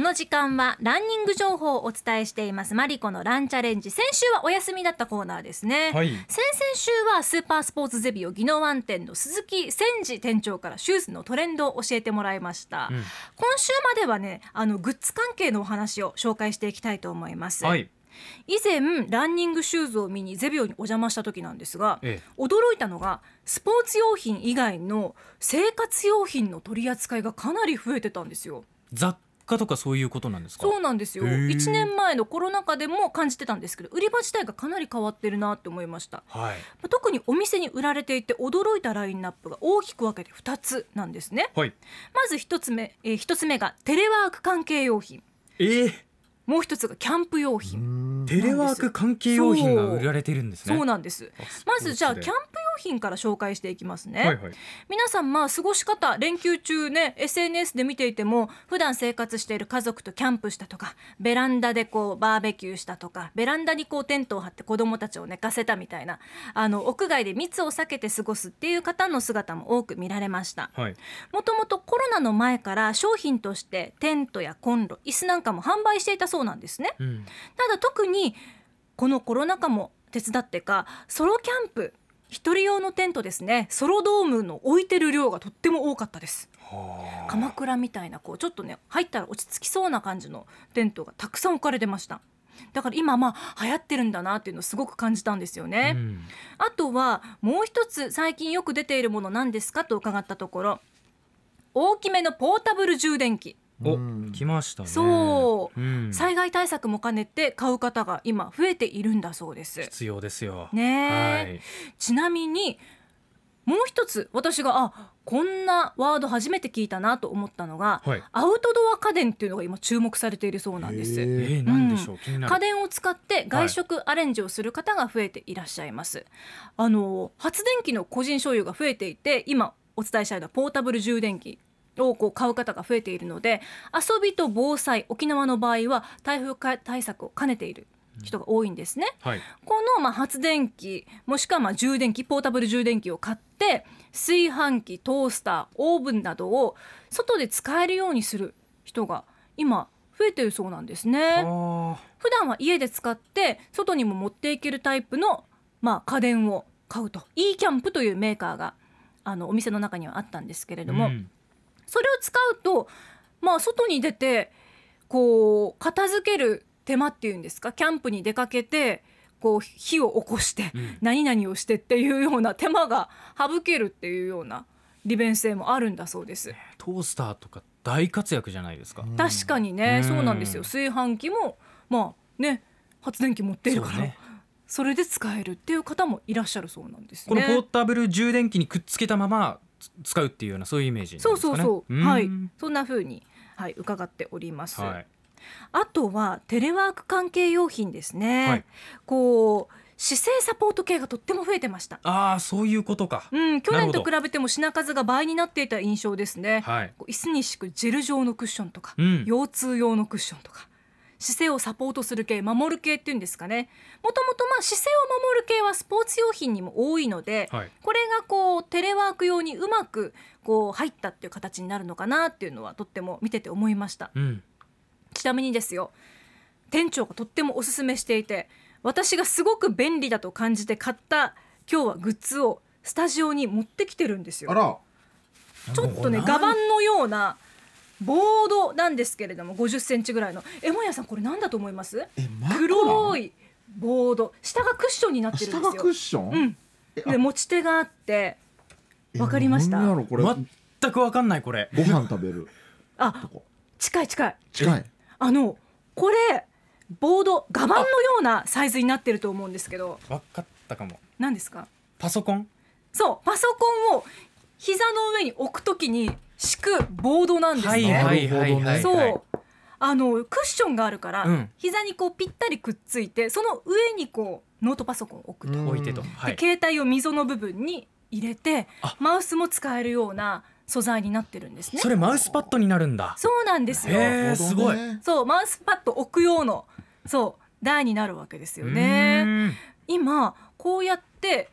の時間はランニング情報をお伝えしていますマリコのランチャレンジ。先週はお休みだったコーナーですね、 はい、 先々週はスーパースポーツゼビオ宜野湾店の鈴木千治店長からシューズのトレンドを教えてもらいました、今週まではねグッズ関係のお話を紹介していきたいと思います、 はい、 以前ランニングシューズを見にゼビオにお邪魔した時なんですが、驚いたのがスポーツ用品以外の生活用品の取り扱いがかなり増えてたんですよ。 雑貨とかそういうことなんですか？ そうなんですよ。1年前のコロナ禍でも感じてたんですけど、売り場自体がかなり変わってるなって思いました、 はい、 特にお店に売られていて驚いたラインナップが大きく分けて2つなんですね、 はい、 まず1つ目がテレワーク関係用品、もう一つがキャンプ用品。 テレワーク関係用品が売られてるんですね。 そうなんです。まずじゃあキャンプ用品から紹介していきますね、 はいはい、 皆さん過ごし方連休中ね SNS で見ていても普段生活している家族とキャンプしたとかベランダでバーベキューしたとかベランダにテントを張って子どもたちを寝かせたみたいな屋外で密を避けて過ごすっていう方の姿も多く見られました。もともとコロナの前から商品としてテントやコンロ椅子なんかも販売していたそうなんですね、ただ特にこのコロナ禍も手伝ってかソロキャンプ一人用のテントですね、ソロドームの置いてる量がとっても多かったです。鎌倉みたいなちょっとね入ったら落ち着きそうな感じのテントがたくさん置かれてました。だから今流行ってるんだなっていうのをすごく感じたんですよね、あとはもう一つ最近よく出ているものなんですかと伺ったところ大きめのポータブル充電器。 来ましたね。 そう、災害対策も兼ねて買う方が今増えているんだそうです。 必要ですよね、ちなみにもう一つ私がこんなワード初めて聞いたなと思ったのが、アウトドア家電っていうのが今注目されているそうなんです。 何でしょう、気になる。 家電を使って外食アレンジをする方が増えていらっしゃいます、発電機の個人所有が増えていて今お伝えしたようなポータブル充電器を買う方が増えているので遊びと防災沖縄の場合は台風対策を兼ねている人が多いんですね、この発電機もしくは充電器ポータブル充電器を買って炊飯器トースターオーブンなどを外で使えるようにする人が今増えているそうなんですね。普段は家で使って外にも持っていけるタイプの家電を買うと e キャンプというメーカーがお店の中にはあったんですけれども、それを使うと外に出て片付ける手間っていうんですか、キャンプに出かけて火を起こして何々をしてっていうような手間が省けるっていうような利便性もあるんだそうです。 トースターとか大活躍じゃないですか。 確かにね、そうなんですよ。炊飯器も発電機持っているから、それで使えるっていう方もいらっしゃるそうなんですね。 このポータブル充電器にくっつけたまま使うっていうようなそういうイメージなんですかね。 そんな風に、伺っております、あとはテレワーク関係用品ですね、姿勢サポート系がとっても増えてました。 そういうことか、 去年と比べても品数が倍になっていた印象ですね、椅子に敷くジェル状のクッションとか、腰痛用のクッションとか姿勢をサポートする系守る系っていうんですかね。もともと姿勢を守る系はスポーツ用品にも多いので、これがテレワーク用にうまく入ったっていう形になるのかなっていうのはとっても見てて思いました、ちなみにですよ、店長がとってもおすすめしていて私がすごく便利だと感じて買った今日はグッズをスタジオに持ってきてるんですよ。ちょっとねガバンのようなボードなんですけれども50センチぐらいのもやさんこれ何だと思います？黒いボード、下がクッションになってるんですよ。 下がクッション、 で持ち手があってわかりました？ 全くわかんない。これご飯食べる近いこれボードガバンのようなサイズになってると思うんですけど、 わかったかも。 何ですか？ パソコン。 そう、パソコンを膝の上に置くときに敷くボードなんですね。そう、クッションがあるから、膝にぴったりくっついてその上にノートパソコンを置くと、 置いてと、 で携帯を溝の部分に入れてマウスも使えるような素材になってるんですね。 それマウスパッドになるんだ。 そうなんですよ。 すごい。 そう、マウスパッド置く用の台になるわけですよね。今こうやって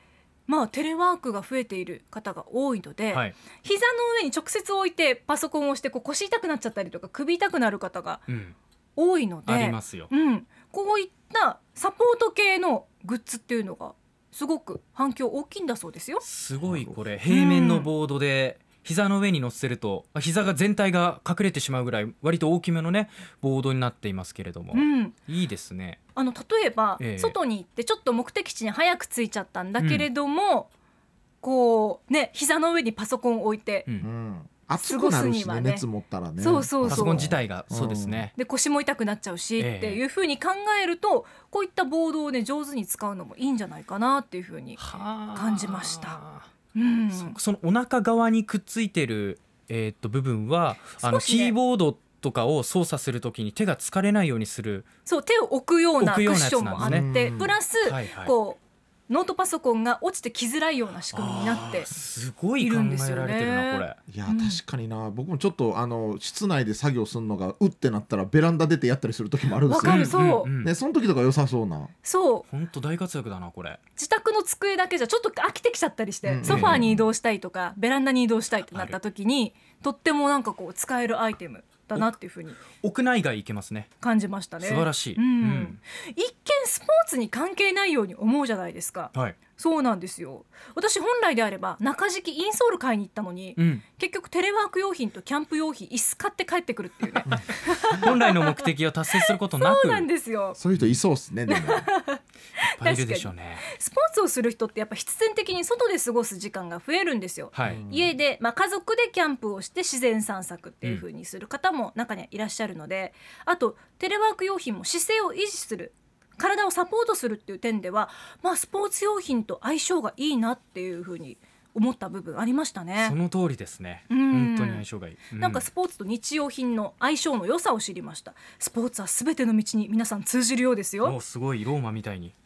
テレワークが増えている方が多いので、 はい、 膝の上に直接置いてパソコンをして腰痛くなっちゃったりとか首痛くなる方が多いので、 ありますよ、 こういったサポート系のグッズっていうのがすごく反響大きいんだそうですよ。 すごいこれ平面のボードで膝の上に乗せると膝が全体が隠れてしまうぐらい割と大きめのねボードになっていますけれども、いいですね。 例えば、外に行ってちょっと目的地に早く着いちゃったんだけれども、膝の上にパソコンを置いて、 暑くなるしね、熱持ったらね。 パソコン自体がそうですね、 で腰も痛くなっちゃうし、っていうふうに考えるとこういったボードをね上手に使うのもいいんじゃないかなっていうふうに感じました。 そのお腹側にくっついてる、部分はキーボードとかを操作するときに手が疲れないようにする、 そう手を置くようなクッションもあって、プラス、ノートパソコンが落ちてきづらいような仕組みになっているんですよね。 すごい考えられてるなこれ。 いや確かにな、僕もちょっと室内で作業するのがってなったらベランダ出てやったりする時もあるんですよ。 わかる、そう、 ね、その時とか良さそうな。 そう本当大活躍だなこれ。 自宅の机だけじゃちょっと飽きてきちゃったりして、ソファーに移動したいとかベランダに移動したいってなった時にとっても使えるアイテムだなっていうふうに屋内外行けますね。 感じましたね。 素晴らしい、 一見スポーツに関係ないように思うじゃないですか。そうなんですよ。私本来であれば中敷きインソール買いに行ったのに、結局テレワーク用品とキャンプ用品椅子買って帰ってくるっていうね本来の目的を達成することなく。 そうなんですよ。 そういう人いそうですね。でもいっぱいいるでしょうね。 スポーツをする人ってやっぱ必然的に外で過ごす時間が増えるんですよ。家で、家族でキャンプをして自然散策っていう風にする方も中にはいらっしゃるので、あとテレワーク用品も姿勢を維持する、体をサポートするっていう点では、スポーツ用品と相性がいいなっていう風に思った部分ありましたね。 その通りですね。本当に相性がいい。 スポーツと日用品の相性の良さを知りました。スポーツはすべての道に皆さん通じるようですよ。 すごいローマみたいに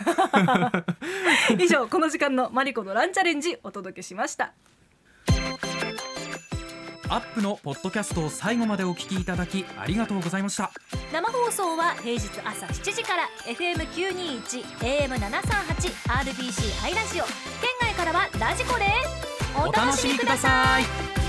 以上この時間のマリコのランチャレンジお届けしました。 アップのポッドキャストを最後までお聞きいただきありがとうございました。 生放送は平日朝7時から FM921 AM738 RBC ハイラジオ、県外からはラジコです。 お楽しみください。